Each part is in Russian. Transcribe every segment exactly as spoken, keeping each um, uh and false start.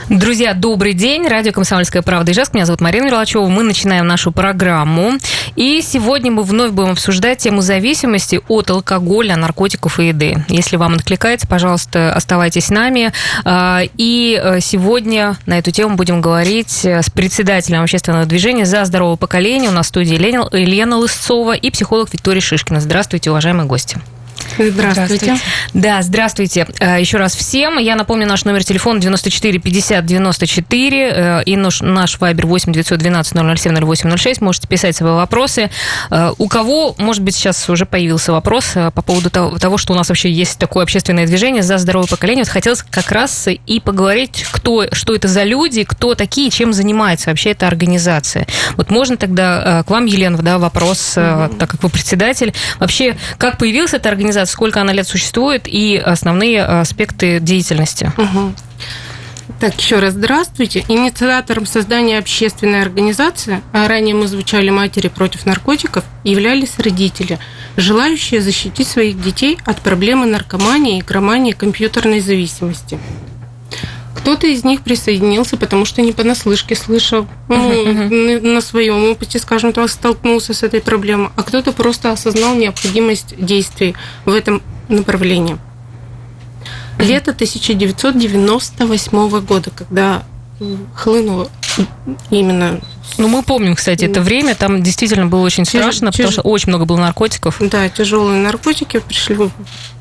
Друзья, добрый день. Радио «Комсомольская правда» Ижевск. Меня зовут Марина Мерлачева. Мы начинаем нашу программу. И сегодня мы вновь будем обсуждать тему зависимости от алкоголя, наркотиков и еды. Если вам откликается, пожалуйста, оставайтесь с нами. И сегодня на эту тему будем говорить с председателем общественного движения «За здоровое поколение». У нас в студии Елена Лысцова и психолог Виктория Шишкина. Здравствуйте, уважаемые гости. Здравствуйте. Здравствуйте. Да, здравствуйте. Еще раз всем. Я напомню, наш номер телефона девяносто четыре пятьдесят девяносто четыре и наш, наш вайбер восемь девятьсот двенадцать ноль ноль семь ноль восемь ноль шесть. Можете писать свои вопросы. У кого, может быть, сейчас уже появился вопрос по поводу того, что у нас вообще есть такое общественное движение «За здоровое поколение». Вот хотелось как раз и поговорить, кто, что это за люди, кто такие, чем занимается вообще эта организация. Вот можно тогда к вам, Елена, да, вопрос, mm-hmm. так как вы председатель. Вообще, как появилась эта организация? Сколько она лет существует и основные аспекты деятельности? Угу. Так, еще раз здравствуйте. Инициатором создания общественной организации, а ранее мы звучали «Матери против наркотиков», являлись родители, желающие защитить своих детей от проблемы наркомании, игромании, компьютерной зависимости. Кто-то из них присоединился, потому что не понаслышке слышал, ну, uh-huh. на своем опыте, скажем так, столкнулся с этой проблемой, а кто-то просто осознал необходимость действий в этом направлении. Uh-huh. Лето тысяча девятьсот девяносто восьмого года, когда хлынуло именно... Ну, мы помним, кстати, это время, там действительно было очень страшно, Тяж... потому что очень много было наркотиков. Да, тяжелые наркотики пришли в...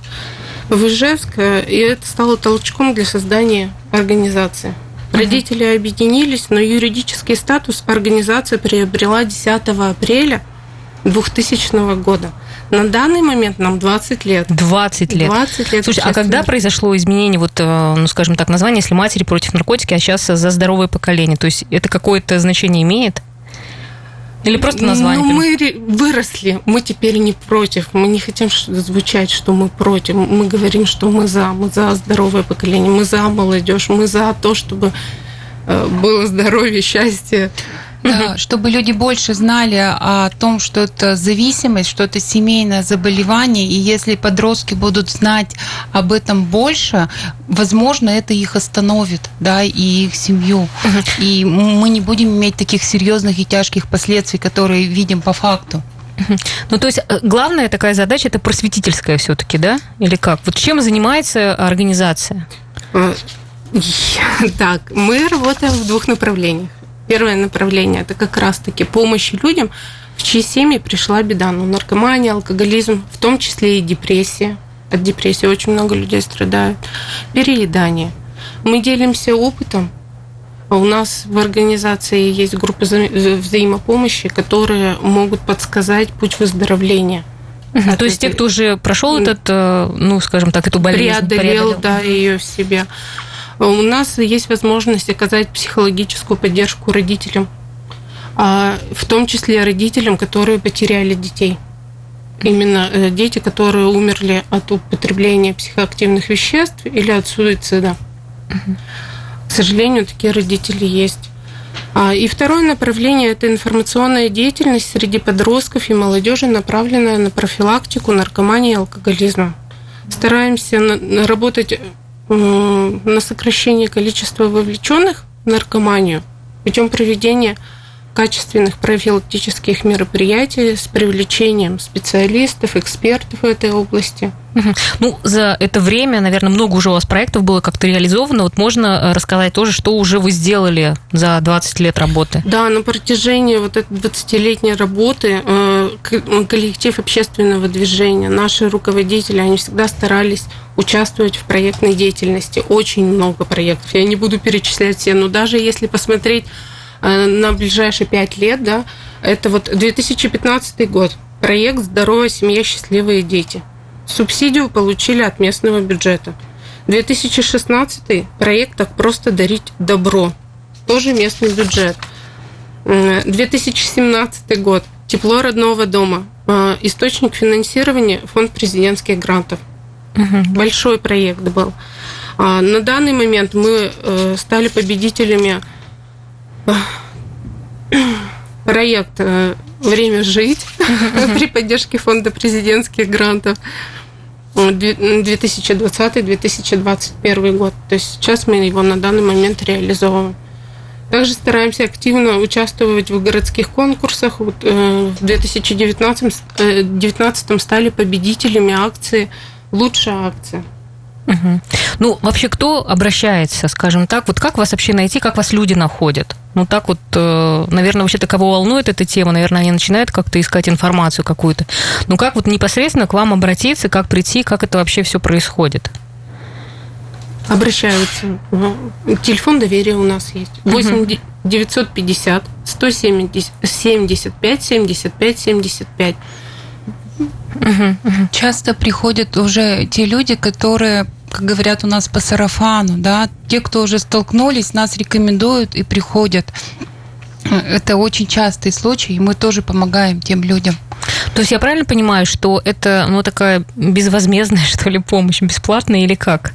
в Ижевск, и это стало толчком для создания организации. Uh-huh. Родители объединились, но юридический статус организация приобрела десятого апреля двухтысячного года. На данный момент нам двадцать лет. двадцать лет. двадцать лет. Слушай, а когда произошло изменение, вот, ну, скажем так, название, если «Матери против наркотики», а сейчас «За здоровое поколение»? То есть это какое-то значение имеет? Или просто название? Ну, мы выросли, мы теперь не против. Мы не хотим звучать, что мы против. Мы говорим, что мы за, мы за здоровое поколение, мы за молодежь, мы за то, чтобы было здоровье, счастье. Да, чтобы люди больше знали о том, что это зависимость, что это семейное заболевание, и если подростки будут знать об этом больше, возможно, это их остановит, да, и их семью. Uh-huh. И мы не будем иметь таких серьезных и тяжких последствий, которые видим по факту. Uh-huh. Ну, то есть главная такая задача – это просветительская все-таки, да? Или как? Вот чем занимается организация? Так, мы работаем в двух направлениях. Первое направление – это как раз-таки помощь людям, в чьи семьи пришла беда. Ну, наркомания, алкоголизм, в том числе и депрессия. От депрессии очень много людей страдают. Переедание. Мы делимся опытом. У нас в организации есть группы вза- взаимопомощи, которые могут подсказать путь выздоровления. Uh-huh. То есть те, кто уже прошел этот, ну, скажем так, эту болезнь, преодолел, преодолел. Да, ее в себе. У нас есть возможность оказать психологическую поддержку родителям, в том числе родителям, которые потеряли детей. Именно дети, которые умерли от употребления психоактивных веществ или от суицида. Uh-huh. К сожалению, такие родители есть. И второе направление – это информационная деятельность среди подростков и молодежи, направленная на профилактику наркомании и алкоголизма. Стараемся работать на сокращение количества вовлеченных в наркоманию путем проведения качественных профилактических мероприятий с привлечением специалистов, экспертов в этой области. Ну, за это время, наверное, много уже у вас проектов было как-то реализовано. Вот можно рассказать тоже, что уже вы сделали за двадцать лет работы? Да, на протяжении вот этой двадцатилетней работы коллектив общественного движения, наши руководители, они всегда старались участвовать в проектной деятельности. Очень много проектов. Я не буду перечислять все, но даже если посмотреть на ближайшие пять лет, да, это вот две тысячи пятнадцатый год. Проект «Здоровая семья, счастливые дети». Субсидию получили от местного бюджета. две тысячи шестнадцатый проект «Так просто дарить добро». Тоже местный бюджет. две тысячи семнадцатый год. «Тепло родного дома». Источник финансирования – фонд президентских грантов. Угу. Большой проект был. На данный момент мы стали победителями проект «Время жить» при поддержке фонда президентских грантов. две тысячи двадцатый - две тысячи двадцать первый год. То есть сейчас мы его на данный момент реализовываем. Также стараемся активно участвовать в городских конкурсах. Вот, э, в две тысячи девятнадцатом стали победителями акции «Лучшая акция». Угу. Ну, вообще, кто обращается, скажем так, вот как вас вообще найти, как вас люди находят? Ну, так вот, наверное, вообще-то кого волнует эта тема, наверное, они начинают как-то искать информацию какую-то. Ну, как вот непосредственно к вам обратиться, как прийти, как это вообще все происходит? Обращаются. Телефон доверия у нас есть. восемь девятьсот пятьдесят сто семьдесят пять семьдесят пять семьдесят пять. Часто приходят уже те люди, которые, как говорят у нас, по сарафану, да, те, кто уже столкнулись, нас рекомендуют и приходят. Это очень частый случай, и мы тоже помогаем тем людям. То есть я правильно понимаю, что это, ну, такая безвозмездная, что ли, помощь, бесплатная или как?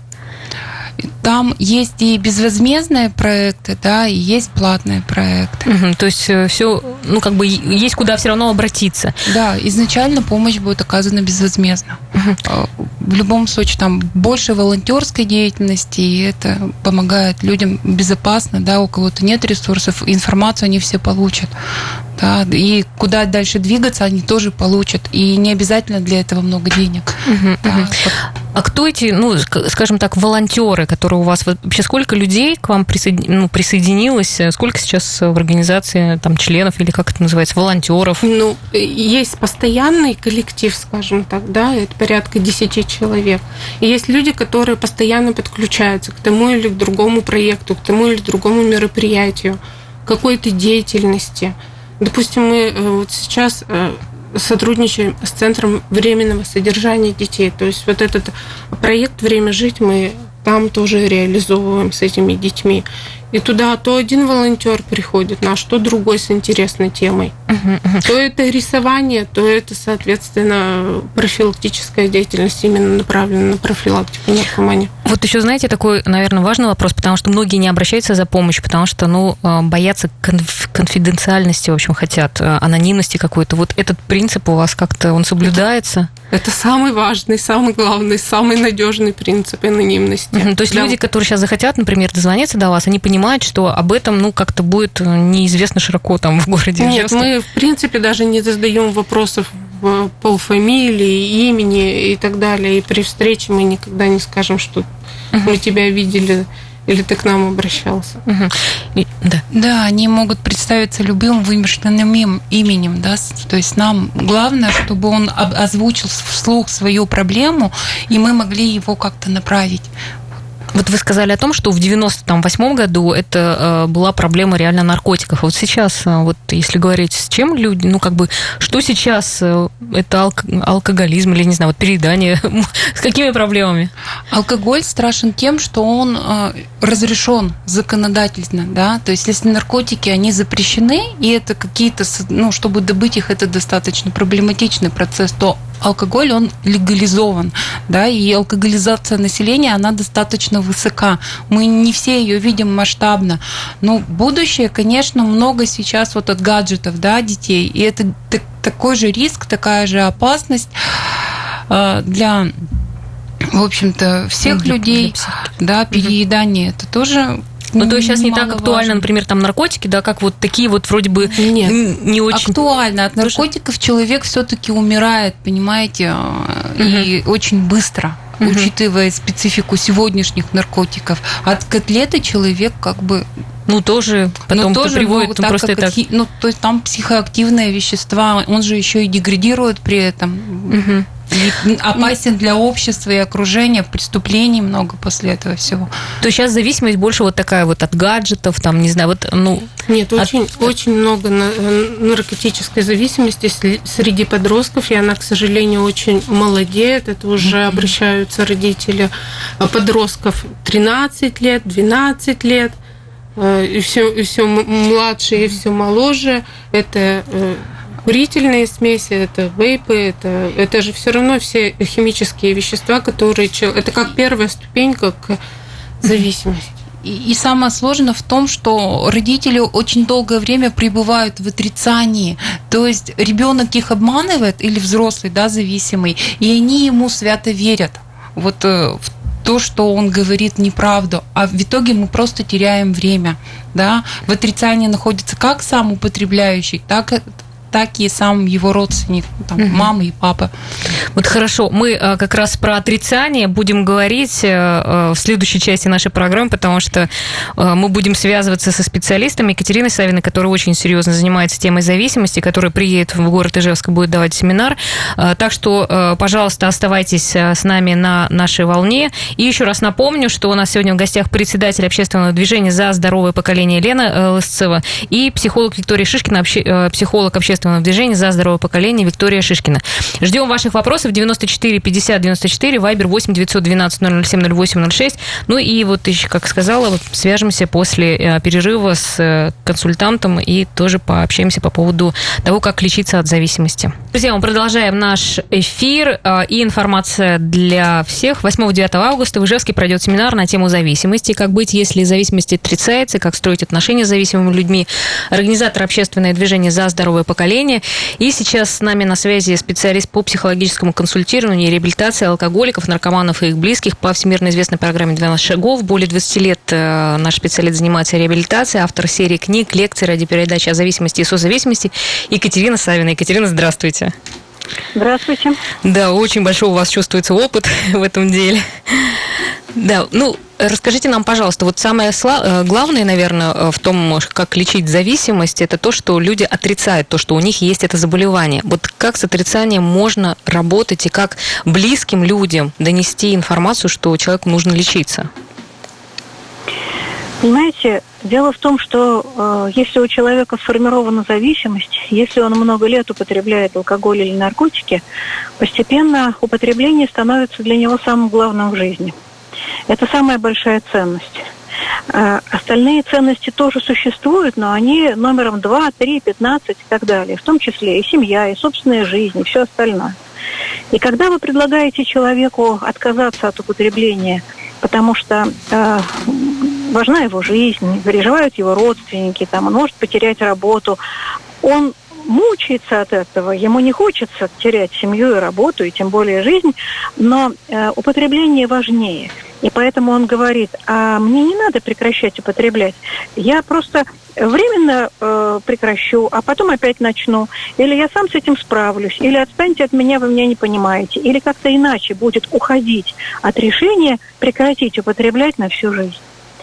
Там есть и безвозмездные проекты, да, и есть платные проекты. Угу, то есть все, ну, как бы есть куда все равно обратиться. Да, изначально помощь будет оказана безвозмездно. Угу. В любом случае, там больше волонтерской деятельности, и это помогает людям безопасно, да, у кого-то нет ресурсов, информацию они все получат. Да, и куда дальше двигаться, они тоже получат. И не обязательно для этого много денег. Угу, да. Угу. А кто эти, ну, скажем так, волонтеры, которые у вас... Вообще сколько людей к вам присоедин... ну, присоединилось? Сколько сейчас в организации там, членов, или как это называется, волонтеров? Ну, есть постоянный коллектив, скажем так, да, это порядка десять человек. И есть люди, которые постоянно подключаются к тому или к другому проекту, к тому или к другому мероприятию, к какой-то деятельности. Допустим, мы вот сейчас сотрудничаем с Центром временного содержания детей. То есть вот этот проект «Время жить» мы там тоже реализовываем с этими детьми. И туда то один волонтер приходит наш, то другой с интересной темой. Uh-huh, uh-huh. То это рисование, то это, соответственно, профилактическая деятельность, именно направленная на профилактику наркомании. Вот еще, знаете, такой, наверное, важный вопрос, потому что многие не обращаются за помощью, потому что, ну, боятся конф- конфиденциальности, в общем, хотят, анонимности какой-то. Вот этот принцип у вас как-то, он соблюдается? Это самый важный, самый главный, самый надежный принцип анонимности. Uh-huh. То есть да. Люди, которые сейчас захотят, например, дозвониться до вас, они понимают, что об этом, ну, как-то будет неизвестно широко там в городе. Нет, Ижевске. Мы, в принципе, даже не задаем вопросов по фамилии, имени и так далее. И при встрече мы никогда не скажем, что uh-huh. мы тебя видели или ты к нам обращался. Uh-huh. И, да. да, они могут представиться любым вымышленным именем, да, то есть нам главное, чтобы он озвучил вслух свою проблему, и мы могли его как-то направить. Вот вы сказали о том, что в девяносто восьмом году это была проблема реально наркотиков. Вот сейчас, вот если говорить, с чем люди, ну как бы, что сейчас, это алк- алкоголизм или, не знаю, вот переедание, с какими проблемами? Алкоголь страшен тем, что он разрешен законодательно, да, то есть если наркотики, они запрещены, и это какие-то, ну, чтобы добыть их, это достаточно проблематичный процесс, то алкоголь, он легализован, да, и алкоголизация населения, она достаточно высока. Мы не все ее видим масштабно. Но будущее, конечно, много сейчас вот от гаджетов, да, детей, и это такой же риск, такая же опасность для, в общем-то, всех для, людей, для да, переедание, угу. Это тоже... Ну, то есть сейчас не так актуально, важно. Например, там наркотики, да, как вот такие вот вроде бы Нет, не очень... актуально. От наркотиков человек все-таки умирает, понимаете, угу. И очень быстро, угу. Учитывая специфику сегодняшних наркотиков. От котлеты человек как бы... Ну, тоже потом тоже приводит, могут, ну, так, просто как, так. Ну, то есть там психоактивные вещества, он же еще и деградирует при этом. Угу. И опасен для общества и окружения, преступлений много после этого всего. То есть сейчас зависимость больше вот такая вот от гаджетов, там, не знаю, вот, ну... Нет, от... очень, очень много наркотической зависимости среди подростков, и она, к сожалению, очень молодеет. Это уже mm-hmm. обращаются родители подростков тринадцать лет, двенадцать лет, и все, и все младше, и все моложе. Это... Курительные смеси, это вейпы, это, это же все равно все химические вещества, которые... Это как первая ступенька к зависимости. И, и самое сложное в том, что родители очень долгое время пребывают в отрицании. То есть ребенок их обманывает, или взрослый, да, зависимый, и они ему свято верят. Вот в то, что он говорит неправду, а в итоге мы просто теряем время, да. В отрицании находится как сам употребляющий, так и так и сам его родственник, там, угу. мама и папа. Вот хорошо, мы как раз про отрицание будем говорить в следующей части нашей программы, потому что мы будем связываться со специалистами Екатериной Савиной, которая очень серьезно занимается темой зависимости, которая приедет в город Ижевск и будет давать семинар. Так что, пожалуйста, оставайтесь с нами на нашей волне. И еще раз напомню, что у нас сегодня в гостях председатель общественного движения «За здоровое поколение» Лена Лысцева и психолог Виктория Шишкина, психолог общественного движения «За здоровое поколение» Виктория Шишкина. Ждем ваших вопросов. девяносто четыре пятьдесят девяносто четыре, вайбер восемь девятьсот двенадцать ноль ноль семь ноль восемь ноль шесть. Ну и вот еще, как сказала, вот свяжемся после перерыва с консультантом и тоже пообщаемся по поводу того, как лечиться от зависимости. Друзья, мы продолжаем наш эфир. И информация для всех. восьмого-девятого августа в Ижевске пройдет семинар на тему зависимости. Как быть, если зависимость отрицается, как строить отношения с зависимыми людьми. Организатор общественное движение «За здоровое поколение». И сейчас с нами на связи специалист по психологическому консультированию и реабилитации алкоголиков, наркоманов и их близких по всемирно известной программе «двенадцать шагов». Более двадцать лет наш специалист занимается реабилитацией, автор серии книг, лекций, радиопередач о зависимости и созависимости Екатерина Савина. Екатерина, здравствуйте. Здравствуйте. Да, очень большой у вас чувствуется опыт в этом деле. Да, ну, расскажите нам, пожалуйста, вот самое главное, наверное, в том, как лечить зависимость, это то, что люди отрицают то, что у них есть это заболевание. Вот как с отрицанием можно работать и как близким людям донести информацию, что человеку нужно лечиться? Понимаете, дело в том, что э, если у человека сформирована зависимость, если он много лет употребляет алкоголь или наркотики, постепенно употребление становится для него самым главным в жизни. Это самая большая ценность. Э, остальные ценности тоже существуют, но они номером два, три, пятнадцать и так далее, в том числе и семья, и собственная жизнь, и все остальное. И когда вы предлагаете человеку отказаться от употребления, потому что э, важна его жизнь, переживают его родственники, там, он может потерять работу, он мучается от этого, ему не хочется терять семью и работу, и тем более жизнь, но э, употребление важнее. И поэтому он говорит, а мне не надо прекращать употреблять, я просто временно э, прекращу, а потом опять начну, или я сам с этим справлюсь, или отстаньте от меня, вы меня не понимаете, или как-то иначе будет уходить от решения прекратить употреблять на всю жизнь.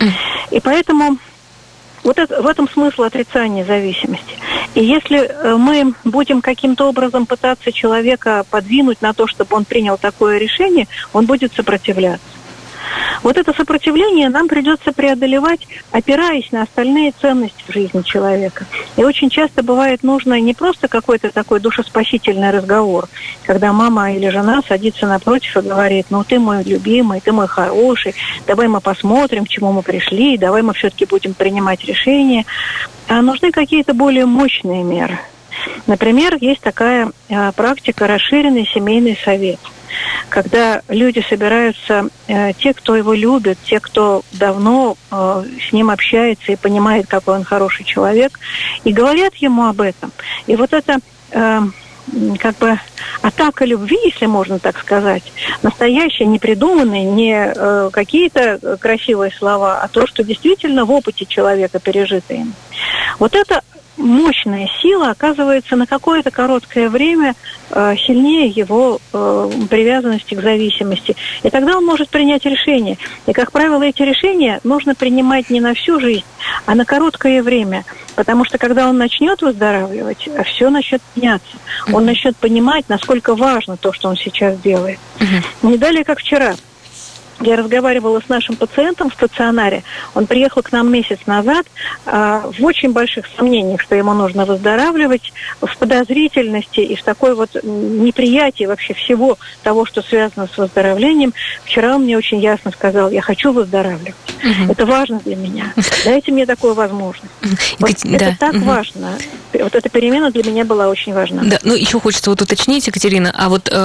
И поэтому вот это, в этом смысл отрицания зависимости. И если мы будем каким-то образом пытаться человека подвинуть на то, чтобы он принял такое решение, он будет сопротивляться. Вот это сопротивление нам придется преодолевать, опираясь на остальные ценности в жизни человека. И очень часто бывает нужно не просто какой-то такой душеспасительный разговор, когда мама или жена садится напротив и говорит, ну ты мой любимый, ты мой хороший, давай мы посмотрим, к чему мы пришли, давай мы все-таки будем принимать решения. А нужны какие-то более мощные меры. Например, есть такая э, практика расширенный семейный совет. Когда люди собираются, э, те, кто его любит, те, кто давно э, с ним общается и понимает, какой он хороший человек, и говорят ему об этом. И вот это э, как бы атака любви, если можно так сказать, настоящая, не придуманная, не э, какие-то красивые слова, а то, что действительно в опыте человека пережито им. Вот это мощная сила оказывается на какое-то короткое время э, сильнее его э, привязанности к зависимости. И тогда он может принять решение. И, как правило, эти решения нужно принимать не на всю жизнь, а на короткое время. Потому что, когда он начнет выздоравливать, все начнет меняться. Mm-hmm. Он начнет понимать, насколько важно то, что он сейчас делает. Mm-hmm. Не далее, как вчера. Я разговаривала с нашим пациентом в стационаре. Он приехал к нам месяц назад э, в очень больших сомнениях, что ему нужно выздоравливать, в подозрительности и в такой вот неприятии вообще всего того, что связано с выздоровлением. Вчера он мне очень ясно сказал, я хочу выздоравливать. Угу. Это важно для меня. Дайте мне такую возможность. Вот да. Это так угу. важно. Вот эта перемена для меня была очень важна. Да, ну еще хочется вот уточнить, Екатерина, а вот... Э...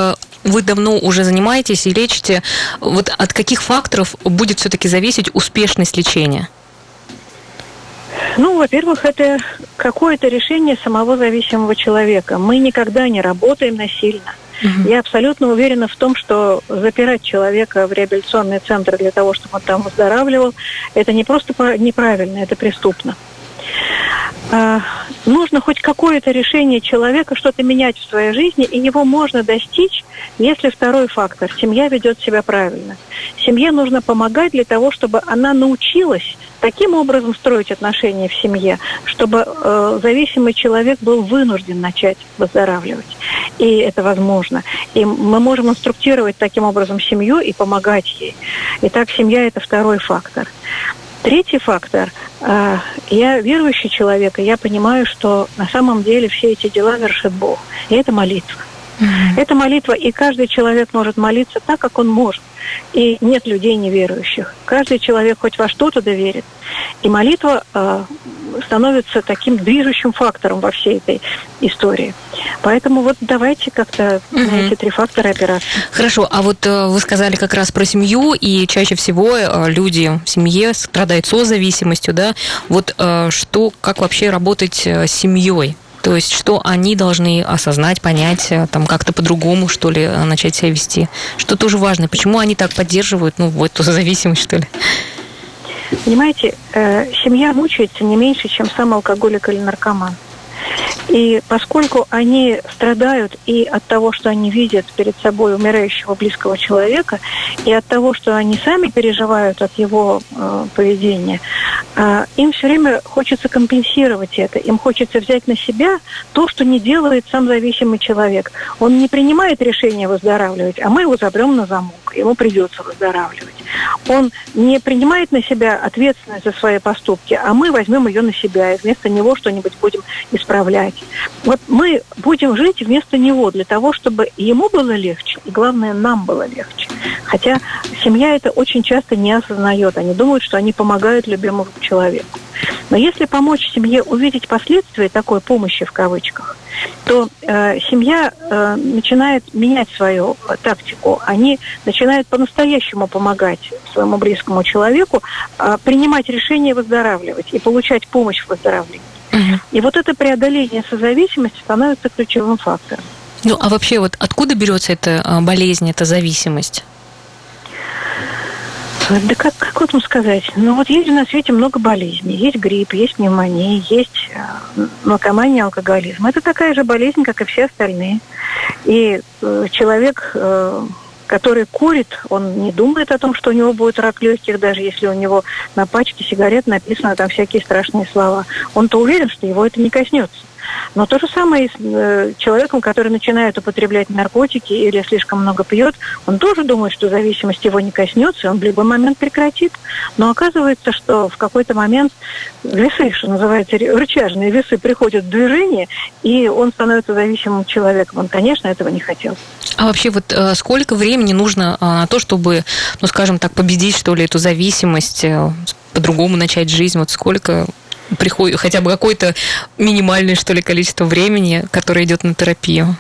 вы давно уже занимаетесь и лечите. Вот от каких факторов будет все-таки зависеть успешность лечения? Ну, во-первых, это какое-то решение самого зависимого человека. Мы никогда не работаем насильно. Uh-huh. Я абсолютно уверена в том, что запирать человека в реабилитационный центр для того, чтобы он там выздоравливал, это не просто неправильно, это преступно. А, нужно хоть какое-то решение человека, что-то менять в своей жизни, и его можно достичь, если второй фактор – семья ведет себя правильно. Семье нужно помогать для того, чтобы она научилась таким образом строить отношения в семье, чтобы э, зависимый человек был вынужден начать выздоравливать. И это возможно. И мы можем инструктировать таким образом семью и помогать ей. Итак, семья – это второй фактор. Третий фактор. Э, я верующий человек, и я понимаю, что на самом деле все эти дела вершит Бог. И это молитва. Mm-hmm. Это молитва, и каждый человек может молиться так, как он может. И нет людей неверующих. Каждый человек хоть во что-то доверит. И молитва э, становится таким движущим фактором во всей этой истории. Поэтому вот давайте как-то угу. на эти три фактора опираться. Хорошо, а вот э, вы сказали как раз про семью, и чаще всего э, люди в семье страдают созависимостью, да? Вот э, что, как вообще работать э, с семьей? То есть, что они должны осознать, понять, там как-то по-другому, что ли, начать себя вести. Что тоже важно. Почему они так поддерживают, ну, вот, эту зависимость, что ли? Понимаете, э, семья мучается не меньше, чем сам алкоголик или наркоман. И поскольку они страдают и от того, что они видят перед собой умирающего близкого человека, и от того, что они сами переживают от его э, поведения, э, им все время хочется компенсировать это. Им хочется взять на себя то, что не делает сам зависимый человек. Он не принимает решение выздоравливать, а мы его запрем на замок. Ему придется выздоравливать. Он не принимает на себя ответственность за свои поступки, а мы возьмем ее на себя и вместо него что-нибудь будем исправлять. Вот мы будем жить вместо него для того, чтобы ему было легче, и главное, нам было легче. Хотя семья это очень часто не осознает. Они думают, что они помогают любимому человеку. Но если помочь семье увидеть последствия такой помощи в кавычках, то э, семья э, начинает менять свою э, тактику. Они начинают по-настоящему помогать своему близкому человеку, э, принимать решения выздоравливать и получать помощь в выздоровлении. Угу. И вот это преодоление созависимости становится ключевым фактором. Ну, а вообще, вот откуда берется эта болезнь, эта зависимость? Да как, как вот вам сказать? Ну вот есть на свете много болезней. Есть грипп, есть пневмония, есть э, наркомания, алкоголизм. Это такая же болезнь, как и все остальные. И э, человек, э, который курит, он не думает о том, что у него будет рак легких, даже если у него на пачке сигарет написано там всякие страшные слова. Он-то уверен, что его это не коснется. Но то же самое и с э, человеком, который начинает употреблять наркотики или слишком много пьет, он тоже думает, что зависимость его не коснется, и он в любой момент прекратит. Но оказывается, что в какой-то момент весы, что называется, рычажные весы приходят в движение, и он становится зависимым человеком. Он, конечно, этого не хотел. А вообще вот э, сколько времени нужно э, на то, чтобы, ну, скажем так, победить, что ли, эту зависимость, э, по-другому начать жизнь? Вот сколько... приходит хотя бы какое-то минимальное, что ли, количество времени, которое идет на терапию?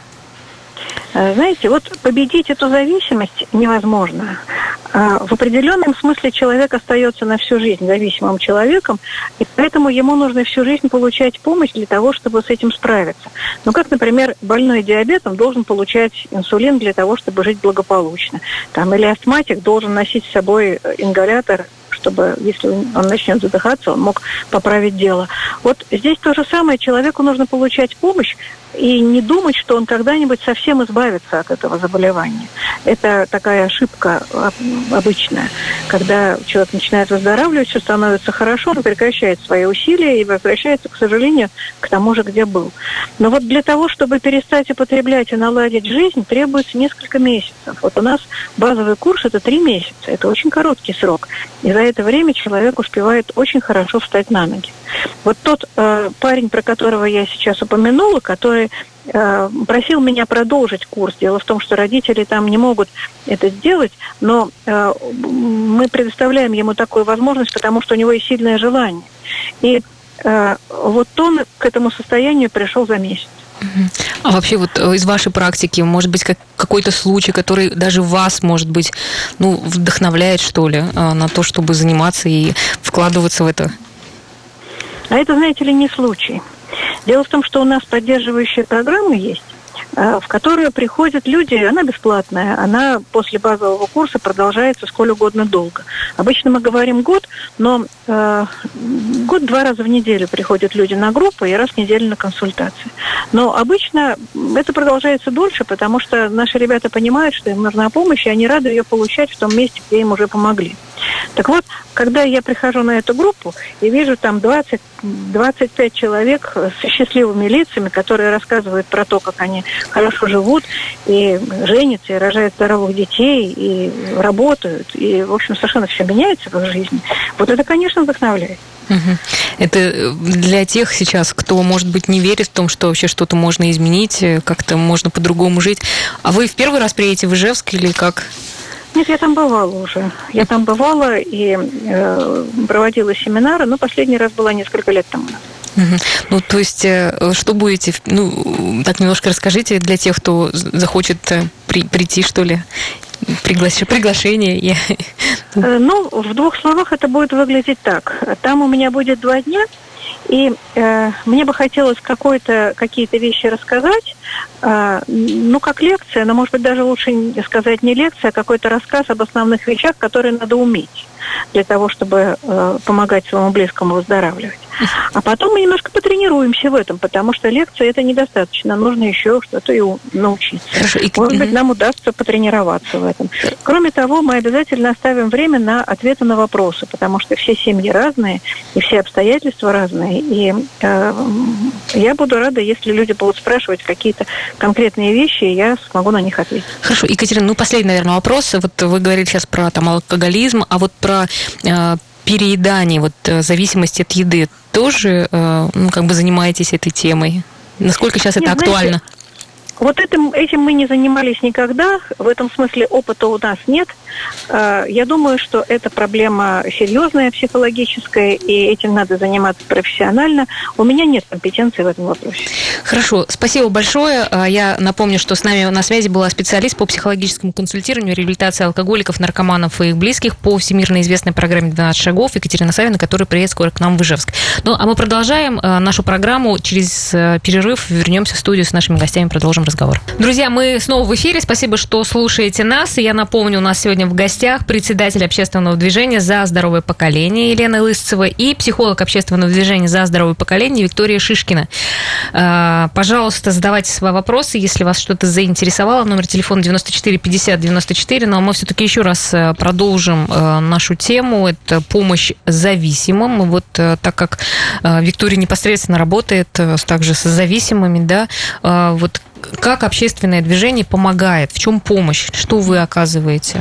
Знаете, вот победить эту зависимость невозможно. В определенном смысле человек остается на всю жизнь зависимым человеком, и поэтому ему нужно всю жизнь получать помощь для того, чтобы с этим справиться. Ну, как, например, больной диабетом должен получать инсулин для того, чтобы жить благополучно. Там, или астматик должен носить с собой ингалятор, чтобы, если он начнет задыхаться, он мог поправить дело. Вот здесь то же самое. Человеку нужно получать помощь и не думать, что он когда-нибудь совсем избавится от этого заболевания. Это такая ошибка обычная. Когда человек начинает выздоравливать, все становится хорошо, он прекращает свои усилия и возвращается, к сожалению, к тому же, где был. Но вот для того, чтобы перестать употреблять и наладить жизнь, требуется несколько месяцев. Вот у нас базовый курс – это три месяца. Это очень короткий срок. И за это время человек успевает очень хорошо встать на ноги. Вот тот э, парень, про которого я сейчас упомянула, который э, просил меня продолжить курс. Дело в том, что родители там не могут это сделать, но э, мы предоставляем ему такую возможность, потому что у него есть сильное желание. И э, вот он к этому состоянию пришел за месяц. А вообще вот из вашей практики, может быть, как, какой-то случай, который даже вас, может быть, ну, вдохновляет, что ли, на то, чтобы заниматься и вкладываться в это? А это, знаете ли, не случай. Дело в том, что у нас поддерживающая программа есть, в которую приходят люди, она бесплатная, она после базового курса продолжается сколь угодно долго. Обычно мы говорим год, но э, год два раза в неделю приходят люди на группу и раз в неделю на консультации. Но обычно это продолжается дольше, потому что наши ребята понимают, что им нужна помощь, и они рады ее получать в том месте, где им уже помогли. Так вот, когда я прихожу на эту группу и вижу там двадцать-двадцать пять человек со счастливыми лицами, которые рассказывают про то, как они хорошо живут, и женятся, и рожают здоровых детей, и работают, и, в общем, совершенно все меняется в их жизни, вот это, конечно, вдохновляет. Это для тех сейчас, кто, может быть, не верит в том, что вообще что-то можно изменить, как-то можно по-другому жить. А вы в первый раз приедете в Ижевск или как? Нет, я там бывала уже. Я там бывала и э, проводила семинары, но последний раз была несколько лет тому назад. Угу. Ну, то есть, что будете, ну, так немножко расскажите для тех, кто захочет при, прийти, что ли, Приглаш... приглашение. Я... Ну, в двух словах это будет выглядеть так. Там у меня будет два дня, и э, мне бы хотелось какой-то, какие-то вещи рассказать, э, ну, как лекция, но, может быть, даже лучше сказать не лекция, а какой-то рассказ об основных вещах, которые надо уметь для того, чтобы э, помогать своему близкому выздоравливать. А потом мы немножко потренируемся в этом, потому что лекция это недостаточно, нужно еще что-то и научиться. Хорошо. И... Может быть, нам удастся потренироваться в этом. Кроме того, мы обязательно оставим время на ответы на вопросы, потому что все семьи разные, и все обстоятельства разные, и э, я буду рада, если люди будут спрашивать какие-то конкретные вещи, и я смогу на них ответить. Хорошо. Екатерина, ну, последний, наверное, вопрос. Вот вы говорили сейчас про там алкоголизм, а вот про э, переедание, вот зависимость от еды, тоже, ну, как бы занимаетесь этой темой? Насколько сейчас это Нет, актуально? Знаете, вот этим, этим мы не занимались никогда, в этом смысле опыта у нас нет. Я думаю, что это проблема серьезная, психологическая, и этим надо заниматься профессионально. У меня нет компетенции в этом вопросе. Хорошо, спасибо большое. Я напомню, что с нами на связи была специалист по психологическому консультированию, реабилитации алкоголиков, наркоманов и их близких по всемирно известной программе «двенадцать шагов» Екатерина Савина, которая приедет скоро к нам в Ижевск. Ну, а мы продолжаем нашу программу. Через перерыв вернемся в студию с нашими гостями, продолжим разговор. Друзья, мы снова в эфире. Спасибо, что слушаете нас. И я напомню, у нас сегодня в гостях председатель общественного движения «За здоровое поколение» Елена Лысцева и психолог общественного движения «За здоровое поколение» Виктория Шишкина. Пожалуйста, задавайте свои вопросы, если вас что-то заинтересовало. Номер телефона девяносто четыре пятьдесят девяносто четыре. Но мы все-таки еще раз продолжим нашу тему. Это помощь зависимым. Вот так как Виктория непосредственно работает также с зависимыми, да, вот как общественное движение помогает? В чем помощь? Что вы оказываете?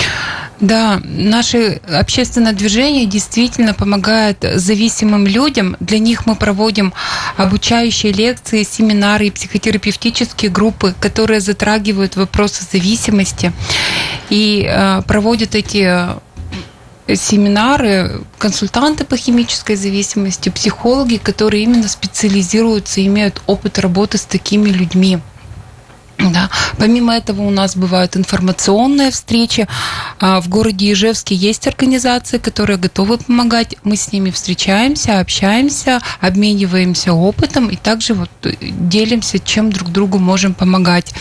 Да, наше общественное движение действительно помогает зависимым людям. Для них мы проводим обучающие лекции, семинары и психотерапевтические группы, которые затрагивают вопросы зависимости. И э, проводят эти семинары консультанты по химической зависимости, психологи, которые именно специализируются, имеют опыт работы с такими людьми. Да. Помимо этого у нас бывают информационные встречи. В городе Ижевске есть организации, которые готовы помогать. Мы с ними встречаемся, общаемся, обмениваемся опытом и также вот делимся, чем друг другу можем помогать.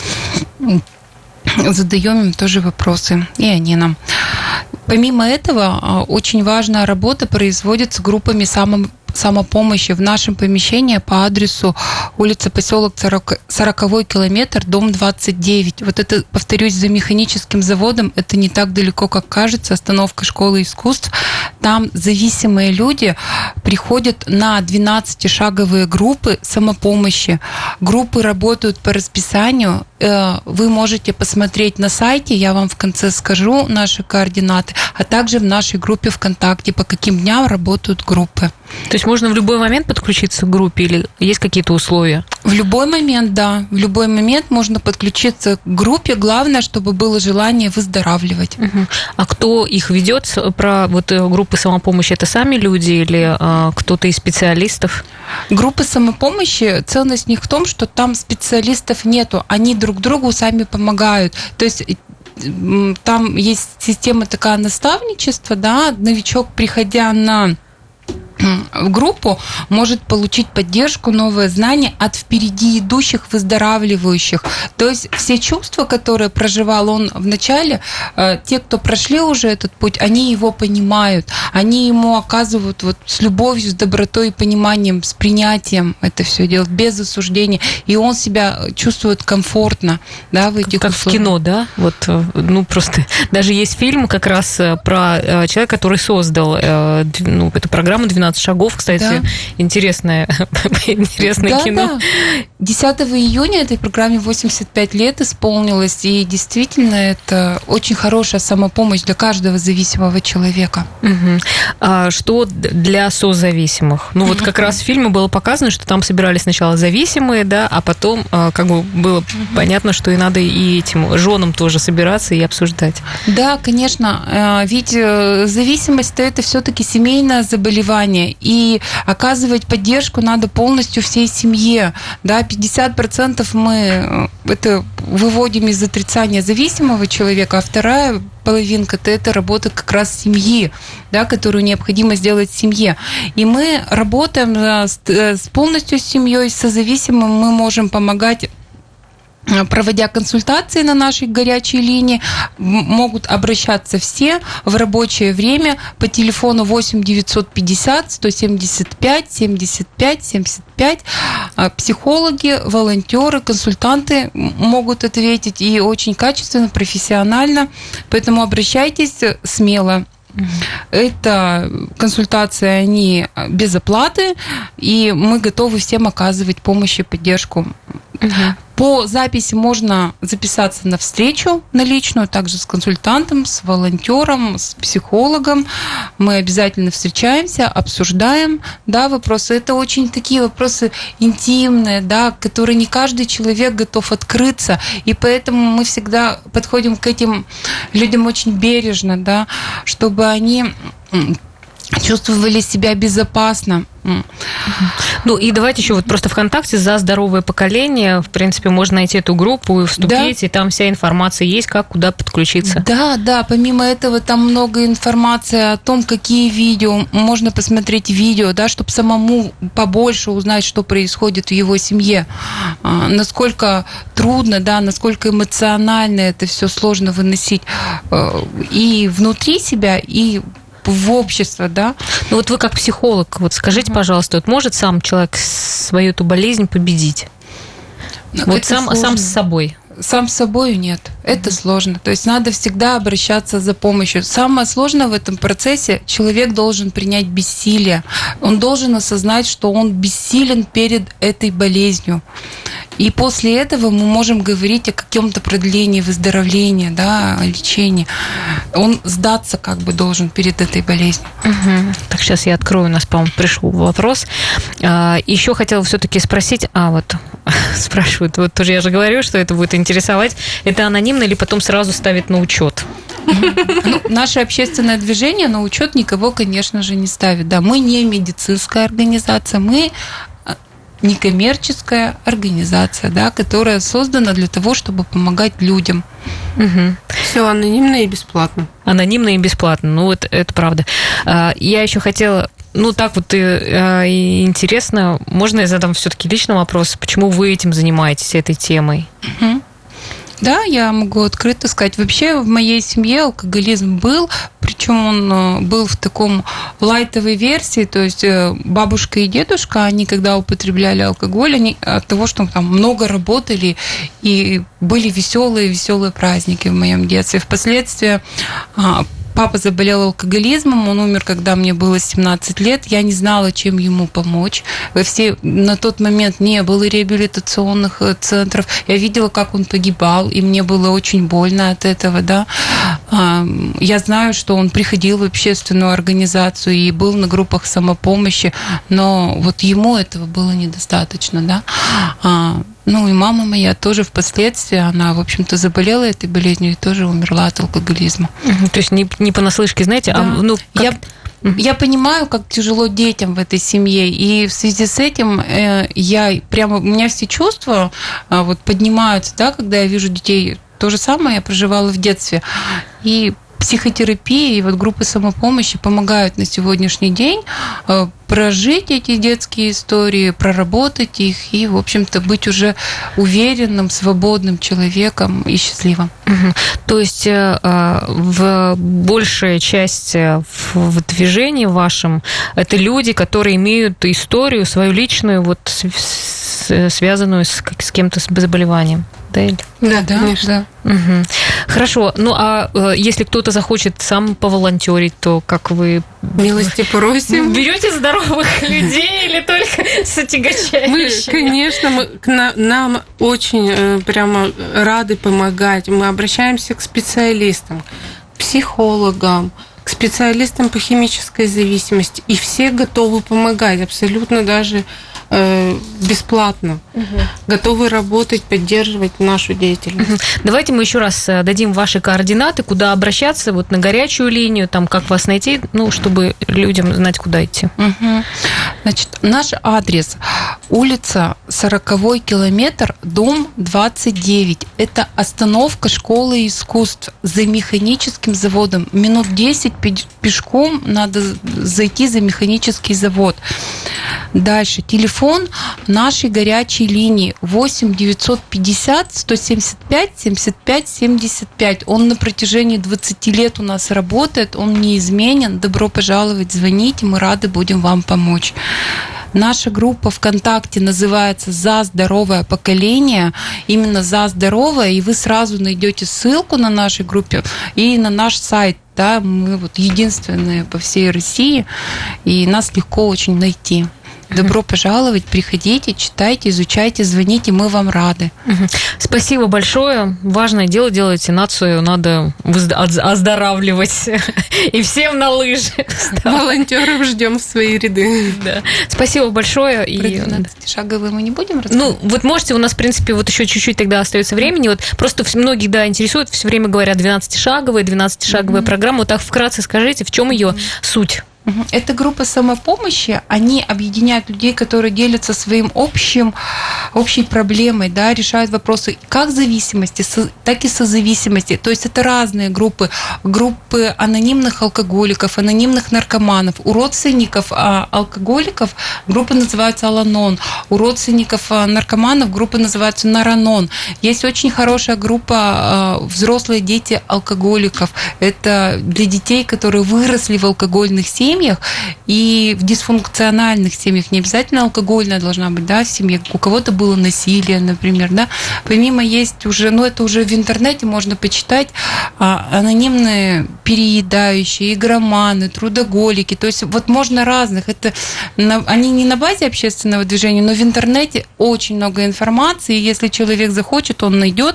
Задаем им тоже вопросы, и они нам. Помимо этого, очень важная работа производится группами самым самопомощи в нашем помещении по адресу улица Поселок сороковой километр, дом двадцать девять. Вот это, повторюсь, за механическим заводом, это не так далеко, как кажется, остановка школы искусств. Там зависимые люди приходят на двенадцатишаговые группы самопомощи. Группы работают по расписанию. Вы можете посмотреть на сайте, я вам в конце скажу наши координаты, а также в нашей группе ВКонтакте, по каким дням работают группы. То есть можно в любой момент подключиться к группе или есть какие-то условия? В любой момент, да. В любой момент можно подключиться к группе. Главное, чтобы было желание выздоравливать. Угу. А кто их ведет? Про вот группы самопомощи это сами люди или а, кто-то из специалистов? Группы самопомощи, ценность в них в том, что там специалистов нету. Они друг другу сами помогают. То есть там есть система такая наставничества, да, новичок, приходя на в группу, может получить поддержку, новые знания от впереди идущих выздоравливающих. То есть все чувства, которые проживал он в начале, те, кто прошли уже этот путь, они его понимают, они ему оказывают вот с любовью, с добротой и пониманием, с принятием это все делать, без осуждения, и он себя чувствует комфортно, да, в этих как условиях. В кино, да? Вот, ну, просто даже есть фильм как раз про человека, который создал ну, эту программу «двенадцать шагов», кстати, да. интересное, интересное да, кино. Да. десятого июня этой программе восемьдесят пять лет исполнилось, и действительно это очень хорошая самопомощь для каждого зависимого человека. Угу. А что для созависимых? Ну вот как раз в фильме было показано, что там собирались сначала зависимые, да, а потом как бы было угу. понятно, что и надо и этим женам тоже собираться и обсуждать. Да, конечно, ведь зависимость это все-таки семейное заболевание, и оказывать поддержку надо полностью всей семье. Да, пятьдесят процентов мы это выводим из отрицания зависимого человека, а вторая половинка – это работа как раз семьи, да, которую необходимо сделать в семье. И мы работаем с, с полностью с семьей, с созависимым мы можем помогать, проводя консультации на нашей горячей линии. Могут обращаться все в рабочее время по телефону восемь девятьсот пятьдесят сто семьдесят пять семьдесят пять семьдесят пять. Психологи, волонтеры, консультанты могут ответить и очень качественно, профессионально. Поэтому обращайтесь смело. Это консультации, они без оплаты, и мы готовы всем оказывать помощь и поддержку. Угу. По записи можно записаться на встречу, на личную, также с консультантом, с волонтером, с психологом. Мы обязательно встречаемся, обсуждаем, да, вопросы. Это очень такие вопросы интимные, да, которые не каждый человек готов открыться, и поэтому мы всегда подходим к этим людям очень бережно, да, чтобы они чувствовали себя безопасно. Ну и давайте еще вот просто ВКонтакте «За здоровое поколение», в принципе, можно найти эту группу и вступить, да. И там вся информация есть, как, куда подключиться. Да, да, помимо этого там много информации о том, какие видео, можно посмотреть видео, да, чтобы самому побольше узнать, что происходит в его семье, насколько трудно, да, насколько эмоционально это все сложно выносить и внутри себя, и в общество, да. Ну вот вы как психолог, вот скажите, пожалуйста, вот может сам человек свою эту болезнь победить? Но вот сам, сам с собой? Сам с собой нет. Это mm-hmm. сложно. То есть надо всегда обращаться за помощью. Самое сложное в этом процессе, человек должен принять бессилие. Он должен осознать, что он бессилен перед этой болезнью. И после этого мы можем говорить о каком-то продлении выздоровления, да, о лечении. Он сдаться как бы должен перед этой болезнью. Угу. Так, сейчас я открою, у нас, по-моему, пришел вопрос. Еще хотела все-таки спросить, а вот спрашивают, вот тоже я же говорю, что это будет интересовать, это анонимно или потом сразу ставить на учет? Ну, наше общественное движение на учет никого, конечно же, не ставит. Да, мы не медицинская организация, мы некоммерческая организация, да, которая создана для того, чтобы помогать людям. Угу. Все анонимно и бесплатно. Анонимно и бесплатно, ну это, это правда. Я еще хотела, ну так вот и, и интересно, можно я задам все-таки личный вопрос, почему вы этим занимаетесь, этой темой? Угу. Да, я могу открыто сказать. Вообще в моей семье алкоголизм был, причем он был в таком лайтовой версии, то есть бабушка и дедушка, они когда употребляли алкоголь, они от того, что там много работали и были веселые, веселые праздники в моем детстве. Впоследствии папа заболел алкоголизмом, он умер, когда мне было семнадцать лет. Я не знала, чем ему помочь. Все, на тот момент не было реабилитационных центров. Я видела, как он погибал, и мне было очень больно от этого, да. Я знаю, что он приходил в общественную организацию и был на группах самопомощи, но вот ему этого было недостаточно, да. Ну, и мама моя тоже впоследствии, она, в общем-то, заболела этой болезнью и тоже умерла от алкоголизма. То есть не, не понаслышке, знаете, да. а ну как... я, я понимаю, как тяжело детям в этой семье, и в связи с этим э, я прямо, у меня все чувства э, вот поднимаются, да, когда я вижу детей. То же самое я проживала в детстве. И психотерапия и вот группы самопомощи помогают на сегодняшний день прожить эти детские истории, проработать их и, в общем-то, быть уже уверенным, свободным человеком и счастливым. Угу. То есть в большая часть в движении вашем это люди, которые имеют историю свою личную, вот связанную с, с кем-то с заболеванием. Да, да, да, конечно. Угу. Хорошо. Ну, а если кто-то захочет сам поволонтерить, то как вы... Милости просим. Берете здоровых людей или только с отягощающими? Мы, конечно, мы, к нам, нам очень прямо рады помогать. Мы обращаемся к специалистам, к психологам, к специалистам по химической зависимости. И все готовы помогать, абсолютно даже бесплатно, угу. готовы работать, поддерживать нашу деятельность. Угу. Давайте мы еще раз дадим ваши координаты, куда обращаться, вот на горячую линию, там как вас найти, ну, чтобы людям знать, куда идти. Угу. Значит, наш адрес: улица сороковой километр, дом двадцать девять. Это остановка школы искусств за механическим заводом. Минут десять пешком надо зайти за механический завод. Дальше телефон нашей горячей линии восемь девятьсот пятьдесят сто семьдесят пять семьдесят пять семьдесят пять. Он на протяжении двадцати лет у нас работает, он неизменен. Добро пожаловать, звоните, мы рады будем вам помочь. Наша группа ВКонтакте называется «За здоровое поколение», именно «За здоровое», и вы сразу найдете ссылку на нашей группе и на наш сайт. Да, мы вот единственные по всей России, и нас легко очень найти. Добро пожаловать, приходите, читайте, изучайте, звоните, мы вам рады. Спасибо большое. Важное дело делаете, нацию надо оздоравливать. И всем на лыжи. Волонтеров ждем в свои ряды. Да. Спасибо большое. Про двенадцатишаговые мы не будем рассказывать? Ну, вот можете, у нас, в принципе, вот еще чуть-чуть тогда остается времени. Вот просто многих, да, интересует, все время говорят двенадцатишаговая, двенадцатишаговая mm-hmm. программа. Вот так вкратце скажите, в чем ее mm-hmm. суть? Это группа самопомощи, они объединяют людей, которые делятся своим общим, общей проблемой, да, решают вопросы как зависимости, так и созависимости. То есть это разные группы, группы анонимных алкоголиков, анонимных наркоманов. У родственников алкоголиков группа называется Аланон, у родственников наркоманов группа называется Наранон. Есть очень хорошая группа взрослые дети алкоголиков. Это для детей, которые выросли в алкогольных семьях, и в дисфункциональных семьях, не обязательно алкогольная должна быть, да, в семье, у кого-то было насилие, например, да, помимо есть уже, ну, это уже в интернете можно почитать, а, анонимные переедающие, игроманы, трудоголики, то есть вот можно разных, это, на, они не на базе общественного движения, но в интернете очень много информации, и если человек захочет, он найдет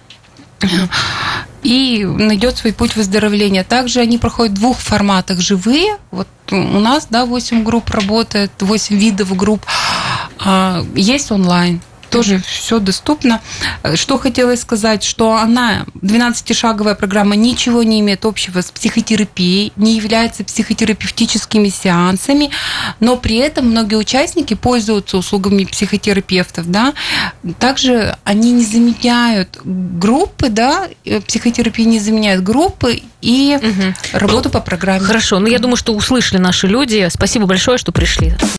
и найдет свой путь выздоровления. Также они проходят в двух форматах: живые, вот у нас, да, восемь групп работает, восемь видов групп, есть онлайн. Тоже mm-hmm. все доступно. Что хотела сказать, что она, двенадцатишаговая программа, ничего не имеет общего с психотерапией, не является психотерапевтическими сеансами, но при этом многие участники пользуются услугами психотерапевтов, да. Также они не заменяют группы, да, психотерапия не заменяет группы и угу. работу по программе. Хорошо, ну я думаю, что услышали наши люди. Спасибо большое, что пришли.